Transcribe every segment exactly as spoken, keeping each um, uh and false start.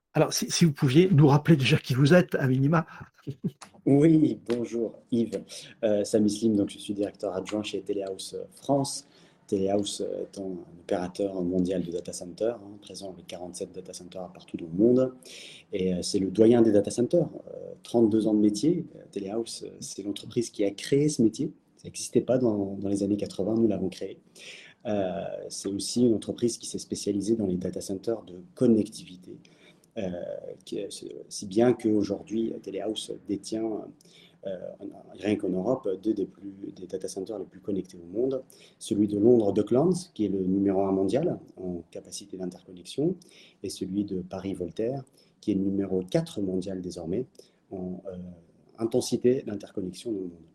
Alors, si, si vous pouviez nous rappeler déjà qui vous êtes, à minima. Oui, bonjour Yves. Euh, Sami Slim, donc je suis directeur adjoint chez Telehouse France. Telehouse euh, étant un opérateur mondial de data centers, hein, présent avec quarante-sept data centers partout dans le monde. Et euh, c'est le doyen des data centers. Euh, trente-deux ans de métier. Euh, Telehouse, euh, c'est l'entreprise qui a créé ce métier. Ça n'existait pas dans, dans les années quatre-vingts, nous l'avons créé. Euh, c'est aussi une entreprise qui s'est spécialisée dans les data centers de connectivité. Euh, qui, si bien qu'aujourd'hui, Telehouse détient, euh, rien qu'en Europe, deux des, plus, des data centers les plus connectés au monde. Celui de Londres Docklands, qui est le numéro un mondial en capacité d'interconnexion, et celui de Paris-Voltaire, qui est le numéro quatre mondial désormais en euh, intensité d'interconnexion dans le monde.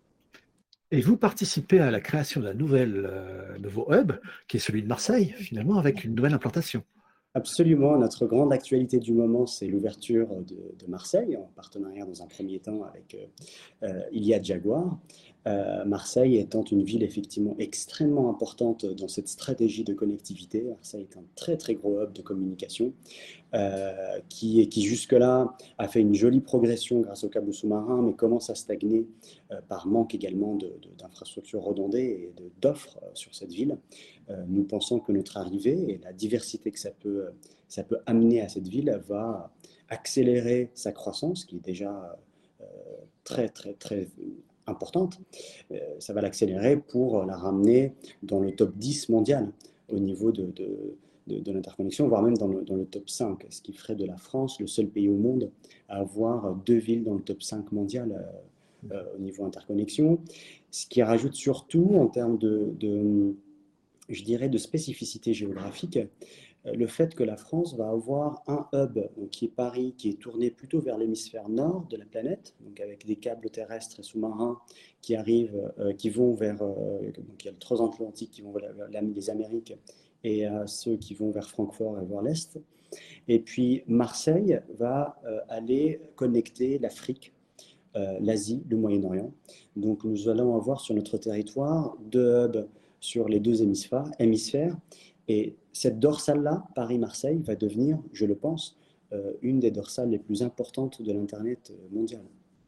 Et vous participez à la création d'un nouvel, euh, nouveau hub, qui est celui de Marseille, finalement, avec une nouvelle implantation. Absolument. Notre grande actualité du moment, c'est l'ouverture de, de Marseille, en partenariat dans un premier temps avec euh, euh, Iliad Jaguar. Euh, Marseille étant une ville effectivement extrêmement importante dans cette stratégie de connectivité. Marseille est un très très gros hub de communication euh, qui, qui jusque-là a fait une jolie progression grâce au câble sous-marin, mais commence à stagner euh, par manque également de, de, d'infrastructures redondées et de, d'offres euh, sur cette ville. Euh, nous pensons que notre arrivée et la diversité que ça peut, ça peut amener à cette ville va accélérer sa croissance, qui est déjà euh, très très très importante. Euh, ça va l'accélérer pour la ramener dans le top dix mondial au niveau de, de de, de l'interconnexion, voire même dans le, dans le top cinq, ce qui ferait de la France le seul pays au monde à avoir deux villes dans le top cinq mondial euh, euh, au niveau interconnexion, ce qui rajoute surtout en termes de, de je dirais, de spécificité géographique, euh, le fait que la France va avoir un hub, donc qui est Paris, qui est tourné plutôt vers l'hémisphère nord de la planète, donc avec des câbles terrestres et sous-marins qui arrivent, euh, qui vont vers, euh, donc il y a le transatlantique qui vont vers les Amériques et euh, ceux qui vont vers Francfort et vers l'Est. Et puis Marseille va euh, aller connecter l'Afrique, euh, l'Asie, le Moyen-Orient. Donc nous allons avoir sur notre territoire deux hubs sur les deux hémisphères. hémisphères et cette dorsale-là, Paris-Marseille, va devenir, je le pense, euh, une des dorsales les plus importantes de l'Internet mondial.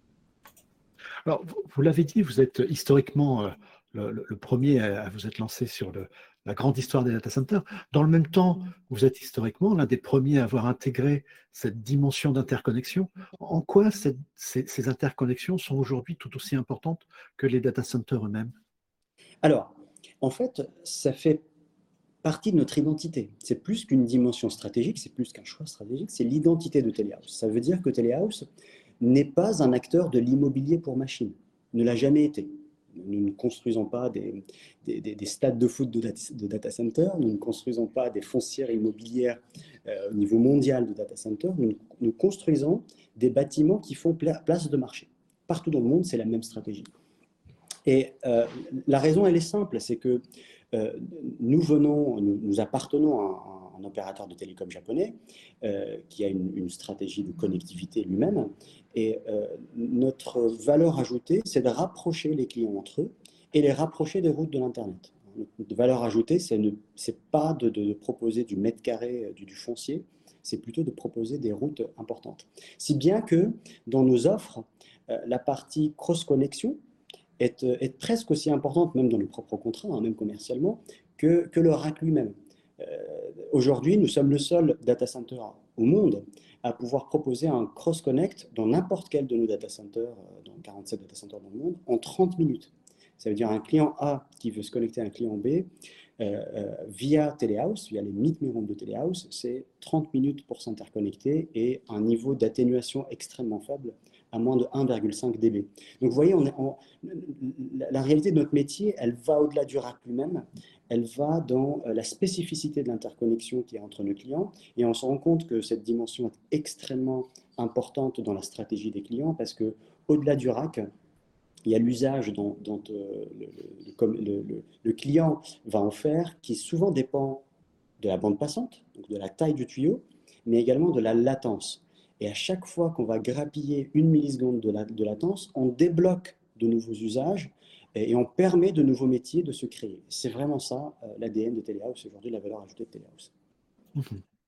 Alors, vous, vous l'avez dit, vous êtes historiquement euh, le, le, le, premier à, à vous être lancé sur le, la grande histoire des data centers. Dans le même temps, vous êtes historiquement l'un des premiers à avoir intégré cette dimension d'interconnexion. En quoi cette, ces, ces interconnexions sont aujourd'hui tout aussi importantes que les data centers eux-mêmes? Alors, en fait, ça fait partie de notre identité. C'est plus qu'une dimension stratégique, c'est plus qu'un choix stratégique, c'est l'identité de Telehouse. Ça veut dire que Telehouse n'est pas un acteur de l'immobilier pour machine, ne l'a jamais été. Nous ne construisons pas des, des, des, des stades de foot de data, de data centers, nous ne construisons pas des foncières immobilières euh, au niveau mondial de data centers, nous, nous construisons des bâtiments qui font place de marché. Partout dans le monde, c'est la même stratégie. Et euh, la raison, elle est simple, c'est que euh, nous venons, nous, nous appartenons à un, un opérateur de télécom japonais euh, qui a une, une stratégie de connectivité lui-même. Et euh, notre valeur ajoutée, c'est de rapprocher les clients entre eux et les rapprocher des routes de l'Internet. Notre valeur ajoutée, c'est n'est pas de, de, de proposer du mètre carré, du, du foncier, c'est plutôt de proposer des routes importantes. Si bien que dans nos offres, euh, la partie cross-connexion, Est, est, presque aussi importante, même dans nos propres contrats, hein, même commercialement, que, que le rack lui-même. Euh, Aujourd'hui, nous sommes le seul data center au monde à pouvoir proposer un cross-connect dans n'importe quel de nos data centers, dans quarante-sept data centers dans le monde, en trente minutes. Ça veut dire un client A qui veut se connecter à un client B euh, euh, via Telehouse, via les meet me rooms de Telehouse, c'est trente minutes pour s'interconnecter et un niveau d'atténuation extrêmement faible à moins de un virgule cinq décibels. Donc vous voyez, on est, on, la, la réalité de notre métier, elle va au-delà du rack lui-même, elle va dans la spécificité de l'interconnexion qui est entre nos clients, et on se rend compte que cette dimension est extrêmement importante dans la stratégie des clients, parce que au-delà du rack, il y a l'usage dont, dont euh, le, le, le, le client va en faire, qui souvent dépend de la bande passante, donc de la taille du tuyau, mais également de la latence. Et à chaque fois qu'on va grappiller une milliseconde de, la, de latence, on débloque de nouveaux usages et, et on permet de nouveaux métiers de se créer. C'est vraiment ça euh, l'A D N de Telehouse aujourd'hui, la valeur ajoutée de Telehouse. Mmh.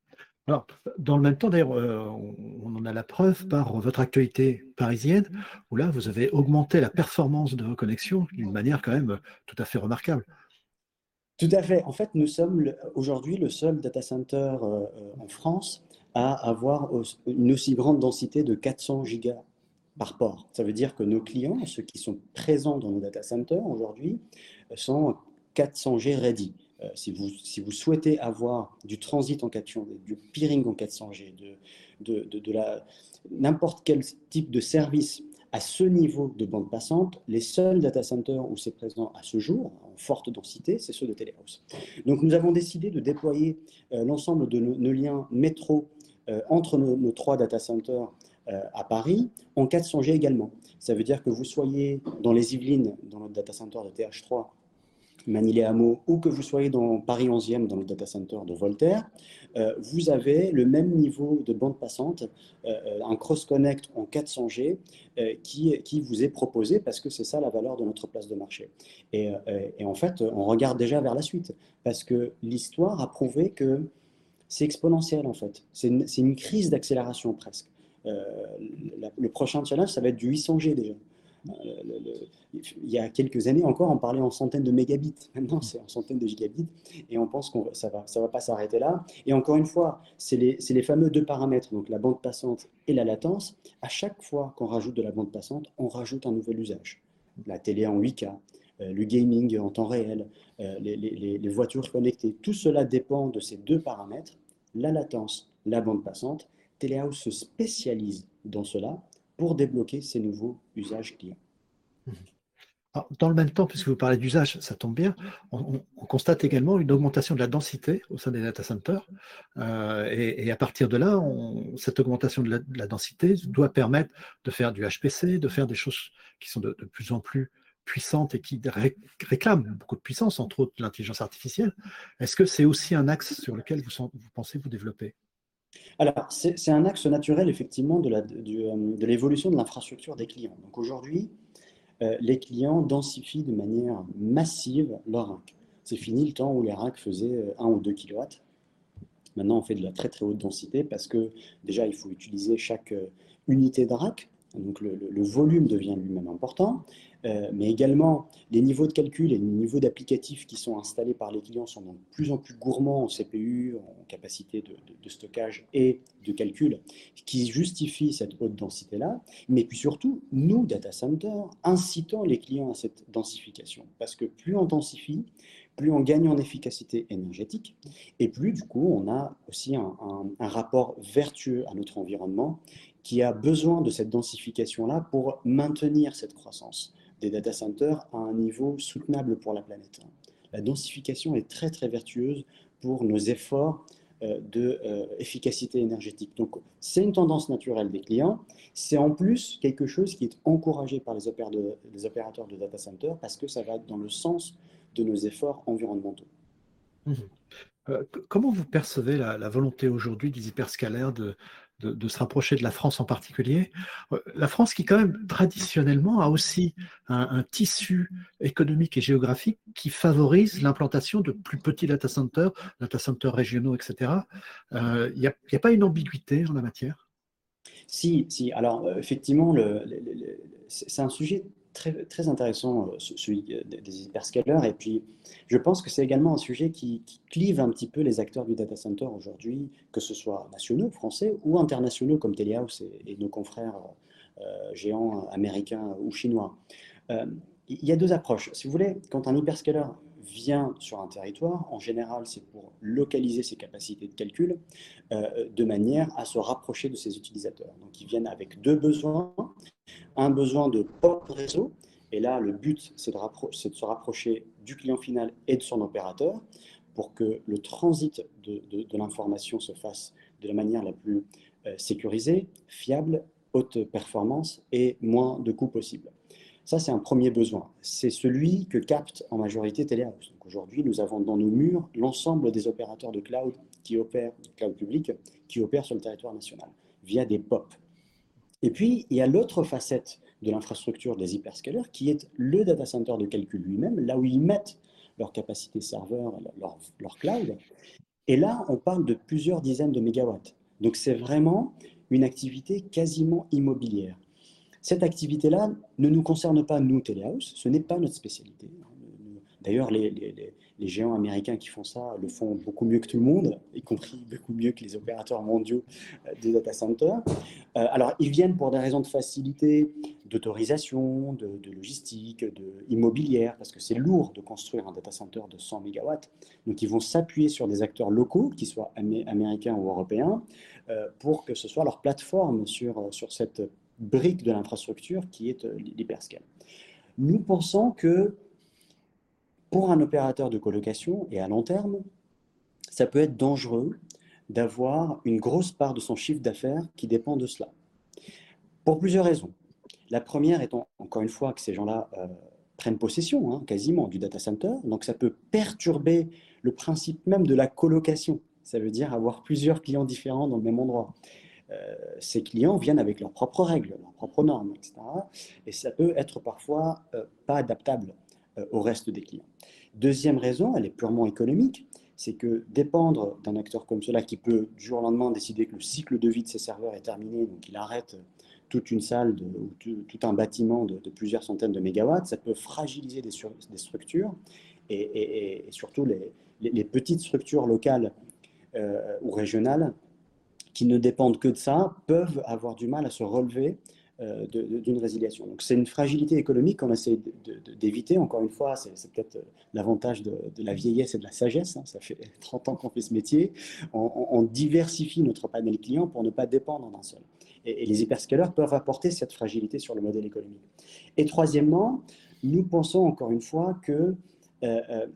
Alors, dans le même temps, d'ailleurs, euh, on, on en a la preuve par votre actualité parisienne, où là, vous avez augmenté la performance de vos connexions d'une manière quand même tout à fait remarquable. Tout à fait. En fait, nous sommes le- aujourd'hui le seul data center euh, euh, en France à avoir aus- une aussi grande densité de quatre cents gigas par port. Ça veut dire que nos clients, ceux qui sont présents dans nos data centers aujourd'hui, euh, sont quatre cents G ready. Euh, si vous, si vous souhaitez avoir du transit en quatre cents G, du peering en quatre cents G, de, de, de, de la, n'importe quel type de service à ce niveau de bande passante, les seuls data centers où c'est présent à ce jour, en forte densité, c'est ceux de Telehouse. Donc nous avons décidé de déployer euh, l'ensemble de nos, nos liens métro euh, entre nos, nos trois data centers euh, à Paris en quatre cents G également. Ça veut dire que vous soyez dans les Yvelines, dans notre data center de T H trois, Manille-les-Hameaux, ou que vous soyez dans Paris onzième, dans le data center de Voltaire, euh, vous avez le même niveau de bande passante, euh, un cross-connect en quatre cents G euh, qui, qui vous est proposé parce que c'est ça la valeur de notre place de marché. Et, euh, et en fait, on regarde déjà vers la suite parce que l'histoire a prouvé que c'est exponentiel en fait. C'est une, c'est une crise d'accélération presque. Euh, la- le prochain challenge, ça va être du huit cents G déjà. Euh, le- le- il y a quelques années encore, on parlait en centaines de mégabits. Maintenant, c'est en centaines de gigabits. Et on pense que ça va, ça va pas s'arrêter là. Et encore une fois, c'est les, c'est les fameux deux paramètres, donc la bande passante et la latence. À chaque fois qu'on rajoute de la bande passante, on rajoute un nouvel usage. La télé en huit K, euh, le gaming en temps réel, euh, les, les, les voitures connectées. Tout cela dépend de ces deux paramètres, la latence, la bande passante. Telehouse se spécialise dans cela pour débloquer ces nouveaux usages clients. Alors, dans le même temps, puisque vous parlez d'usage, ça tombe bien, on, on- on constate également une augmentation de la densité au sein des data centers. Euh, et, et à partir de là, on- cette augmentation de la, de la densité doit permettre de faire du H P C, de faire des choses qui sont de, de plus en plus puissantes et qui ré- réclament beaucoup de puissance, entre autres l'intelligence artificielle. Est-ce que c'est aussi un axe sur lequel vous, sen- vous pensez vous développer? Alors, c'est c'est un axe naturel, effectivement, de la- du, euh, de l'évolution de l'infrastructure des clients. Donc aujourd'hui, euh, les clients densifient de manière massive leurs racks. C'est fini le temps où les racks faisaient euh, un ou deux kilowatts. Maintenant, on fait de la très très haute densité parce que déjà, il faut utiliser chaque euh, unité de rack. Donc le, le- le volume devient lui-même important, Euh, mais également les niveaux de calcul et les niveaux d'applicatifs qui sont installés par les clients sont de plus en plus gourmands en C P U, en capacité de, de- de stockage et de calcul, qui justifient cette haute densité-là. Mais puis surtout, nous, data centers, incitons les clients à cette densification. Parce que plus on densifie, plus on gagne en efficacité énergétique, et plus du coup on a aussi un, un- un rapport vertueux à notre environnement qui a besoin de cette densification-là pour maintenir cette croissance des data centers à un niveau soutenable pour la planète. La densification est très très vertueuse pour nos efforts euh, de euh, efficacité énergétique. Donc c'est une tendance naturelle des clients. C'est en plus quelque chose qui est encouragé par les, opérateurs de, les opérateurs de data centers parce que ça va dans le sens de nos efforts environnementaux. Mhm. Euh, c- comment vous percevez la, la volonté aujourd'hui des hyperscalaires de, de, de se rapprocher de la France en particulier? Euh, La France qui quand même traditionnellement a aussi un, un tissu économique et géographique qui favorise l'implantation de plus petits data centers, data centers régionaux, et cetera. Euh, Il n'y a, il y a pas une ambiguïté en la matière? Si, si. Alors, euh, effectivement, le, le- le- le- c'est c'est un sujet très, très intéressant, euh, ce- celui euh, des des hyperscalers. Et puis, je pense que c'est également un sujet qui, qui clive un petit peu les acteurs du data center aujourd'hui, que ce soit nationaux, français, ou internationaux, comme Telehouse et, et nos confrères euh, géants américains ou chinois. Euh, il y a deux approches. Si vous voulez, quand un hyperscaler vient sur un territoire, en général, c'est pour localiser ses capacités de calcul euh, de manière à se rapprocher de ses utilisateurs. Donc, ils viennent avec deux besoins. Un besoin de port de réseau, et là, le but, c'est de, c'est de se rapprocher du client final et de son opérateur pour que le transit de, de, de l'information se fasse de la manière la plus euh, sécurisée, fiable, haute performance et moins de coûts possible. Ça, c'est un premier besoin. C'est celui que capte en majorité Telehouse. Donc aujourd'hui, nous avons dans nos murs l'ensemble des opérateurs de cloud qui opèrent, cloud public, qui opèrent sur le territoire national via des P O P. Et puis, il y a l'autre facette de l'infrastructure des hyperscalers qui est le data center de calcul lui-même, là où ils mettent leur capacité serveur, leur, leur cloud. Et là, on parle de plusieurs dizaines de mégawatts. Donc c'est vraiment une activité quasiment immobilière. Cette activité-là ne nous concerne pas, nous, Telehouse, ce n'est pas notre spécialité. D'ailleurs, les, les, les géants américains qui font ça le font beaucoup mieux que tout le monde, y compris beaucoup mieux que les opérateurs mondiaux des data centers. Euh, alors, ils viennent pour des raisons de facilité, d'autorisation, de, de logistique, de immobilière, parce que c'est lourd de construire un data center de cent mégawatts. Donc, ils vont s'appuyer sur des acteurs locaux, qu'ils soient amé américains ou européens, euh, pour que ce soit leur plateforme sur, sur cette brique de l'infrastructure qui est euh, l'hyperscale. Nous pensons que pour un opérateur de colocation et à long terme, ça peut être dangereux d'avoir une grosse part de son chiffre d'affaires qui dépend de cela. Pour plusieurs raisons. La première étant, encore une fois, que ces gens-là euh, prennent possession, hein, quasiment, du data center. Donc, ça peut perturber le principe même de la colocation. Ça veut dire avoir plusieurs clients différents dans le même endroit. Euh, ces clients viennent avec leurs propres règles, leurs propres normes, et cetera. Et ça peut être parfois euh, pas adaptable euh, au reste des clients. Deuxième raison, elle est purement économique, c'est que dépendre d'un acteur comme cela qui peut du jour au lendemain décider que le cycle de vie de ses serveurs est terminé, donc il arrête toute une salle de, ou tout, tout un bâtiment de, de plusieurs centaines de mégawatts, ça peut fragiliser des, sur, des structures et, et, et surtout les, les, les petites structures locales euh, ou régionales qui ne dépendent que de ça peuvent avoir du mal à se relever euh, d'une résiliation. Donc c'est une fragilité économique qu'on essaie d'éviter. Encore une fois, c'est peut-être l'avantage de, de la vieillesse et de la sagesse. Hein. Ça fait trente ans qu'on fait ce métier. On, on, diversifie notre panel client pour ne pas dépendre d'un seul. Et, et les hyperscalers peuvent apporter cette fragilité sur le modèle économique. Et troisièmement, nous pensons encore une fois que euh, euh,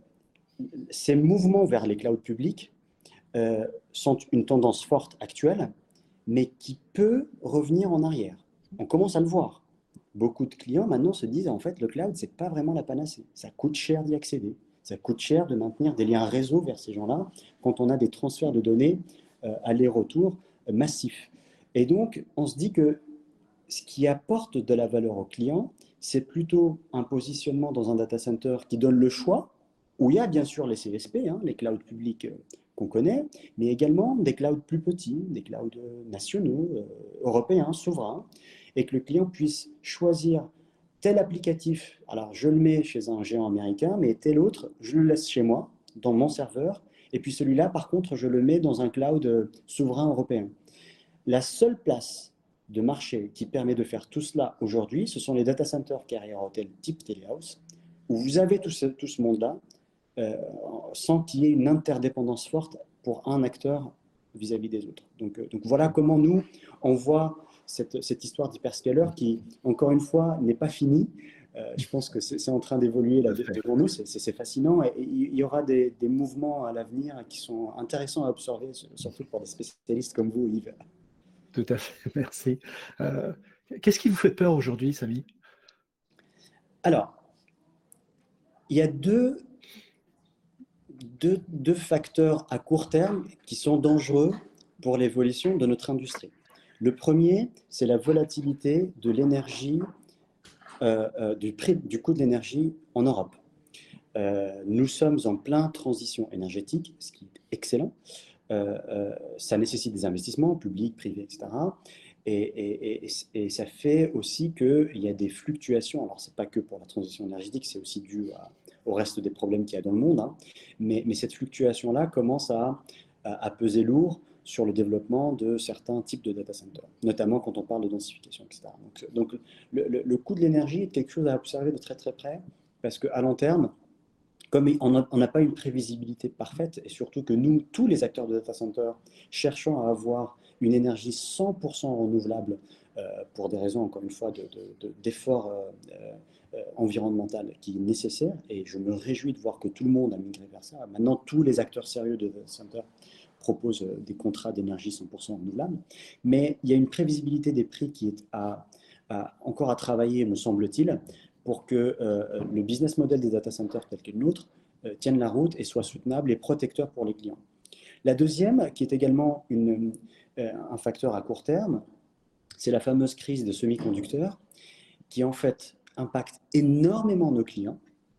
ces mouvements vers les clouds publics euh, sont une tendance forte actuelle, mais qui peut revenir en arrière. On commence à le voir. Beaucoup de clients maintenant se disent en fait le cloud c'est pas vraiment la panacée. Ça coûte cher d'y accéder. Ça coûte cher de maintenir des liens réseau vers ces gens-là quand on a des transferts de données euh, aller-retour euh, massifs. Et donc on se dit que ce qui apporte de la valeur aux clients, c'est plutôt un positionnement dans un data center qui donne le choix, où il y a bien sûr les C S P, hein, les clouds publics euh, qu'on connaît, mais également des clouds plus petits, des clouds nationaux, euh, européens, souverains, et que le client puisse choisir tel applicatif, alors je le mets chez un géant américain, mais tel autre, je le laisse chez moi, dans mon serveur, et puis celui-là, par contre, je le mets dans un cloud souverain européen. La seule place de marché qui permet de faire tout cela aujourd'hui, ce sont les data centers carrière hotel type Telehouse, où vous avez tout ce, tout ce monde-là, euh, sans qu'il y ait une interdépendance forte pour un acteur vis-à-vis des autres. Donc, euh, donc voilà comment nous, on voit cette, cette histoire d'hyperscaler qui, encore une fois, n'est pas finie. Euh, je pense que c'est en train d'évoluer là devant nous, c'est fascinant et il y aura des, des mouvements à l'avenir qui sont intéressants à observer, surtout pour des spécialistes comme vous, Yves. Tout à fait, merci. Euh, Qu'est-ce qui vous fait peur aujourd'hui, Samy? Alors, il y a deux, deux, deux facteurs à court terme qui sont dangereux pour l'évolution de notre industrie. Le premier, c'est la volatilité de l'énergie, euh, euh, du prix, du coût de l'énergie en Europe. Euh, nous sommes en pleine transition énergétique, ce qui est excellent. Euh, euh, ça nécessite des investissements publics, privés, et cetera. Et, et, et, et ça fait aussi qu'il y a des fluctuations. Alors, ce n'est pas que pour la transition énergétique, c'est aussi dû à, au reste des problèmes qu'il y a dans le monde. Hein. Mais, mais cette fluctuation-là commence à, à, à peser lourd sur le développement de certains types de data centers, notamment quand on parle de densification, et cetera. Donc, donc le, le, le coût de l'énergie est quelque chose à observer de très très près, parce qu'à long terme, comme on n'a pas une prévisibilité parfaite, et surtout que nous, tous les acteurs de data center, cherchons à avoir une énergie cent pour cent renouvelable euh, pour des raisons, encore une fois, d'effort de, de, euh, euh, environnemental qui est nécessaire, et je me réjouis de voir que tout le monde a migré vers ça. Maintenant, tous les acteurs sérieux de data center proposent des contrats d'énergie cent pour cent renouvelable, mais il y a une prévisibilité des prix qui est à, à, encore à travailler, me semble-t-il, pour que euh, le business model des data centers tel que le nôtre euh, tienne la route et soit soutenable et protecteur pour les clients. La deuxième, qui est également une, euh, un facteur à court terme, c'est la fameuse crise de semi-conducteurs qui en fait impacte énormément nos clients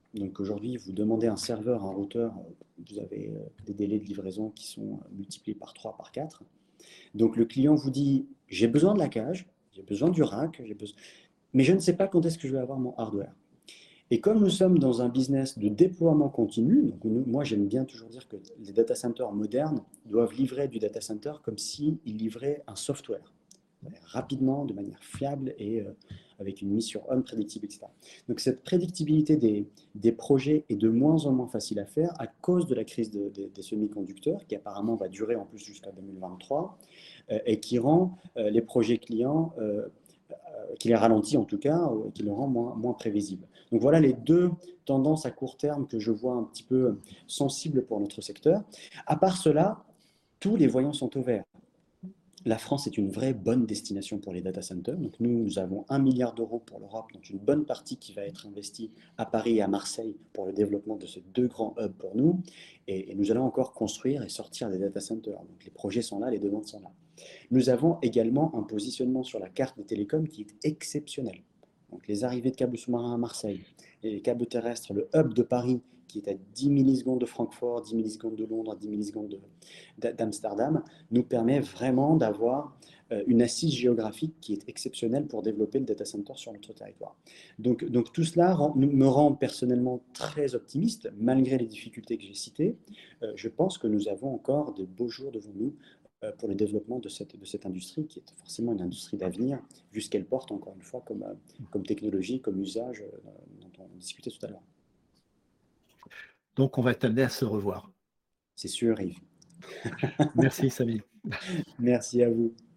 Donc aujourd'hui, vous demandez un serveur, un routeur, vous avez des délais de livraison qui sont multipliés par trois, par quatre. Donc le client vous dit, j'ai besoin de la cage, j'ai besoin du rack, j'ai besoin... mais je ne sais pas quand est-ce que je vais avoir mon hardware. Et comme nous sommes dans un business de déploiement continu, donc nous, moi j'aime bien toujours dire que les data centers modernes doivent livrer du data center comme s'ils livraient un software, rapidement, de manière fiable et euh, avec une mise sur on prédictible, et cetera. Donc cette prédictibilité des, des projets est de moins en moins facile à faire à cause de la crise de, de, des semi-conducteurs, qui apparemment va durer en plus jusqu'à deux mille vingt-trois, euh, et qui rend euh, les projets clients euh, qui les ralentit en tout cas, et qui les rend moins, moins prévisibles. Donc voilà les deux tendances à court terme que je vois un petit peu sensibles pour notre secteur. À part cela, tous les voyants sont au vert. La France est une vraie bonne destination pour les data centers. Donc nous, nous avons un milliard d'euros pour l'Europe, donc une bonne partie qui va être investie à Paris et à Marseille pour le développement de ces deux grands hubs pour nous. Et, et nous allons encore construire et sortir des data centers. Donc les projets sont là, les demandes sont là. Nous avons également un positionnement sur la carte des télécoms qui est exceptionnel. Donc les arrivées de câbles sous-marins à Marseille, les câbles terrestres, le hub de Paris qui est à dix millisecondes de Francfort, dix millisecondes de Londres, dix millisecondes d'Amsterdam, nous permet vraiment d'avoir une assise géographique qui est exceptionnelle pour développer le data center sur notre territoire. Donc, donc tout cela rend, me rend personnellement très optimiste, malgré les difficultés que j'ai citées. Euh, je pense que nous avons encore de beaux jours devant nous pour le développement de cette, de cette industrie, qui est forcément une industrie d'avenir, vu ce qu'elle porte, encore une fois, comme, comme technologie, comme usage, dont on discutait tout à l'heure. Donc, on va être amené à se revoir. C'est sûr, Yves. Merci, Samy. Merci à vous.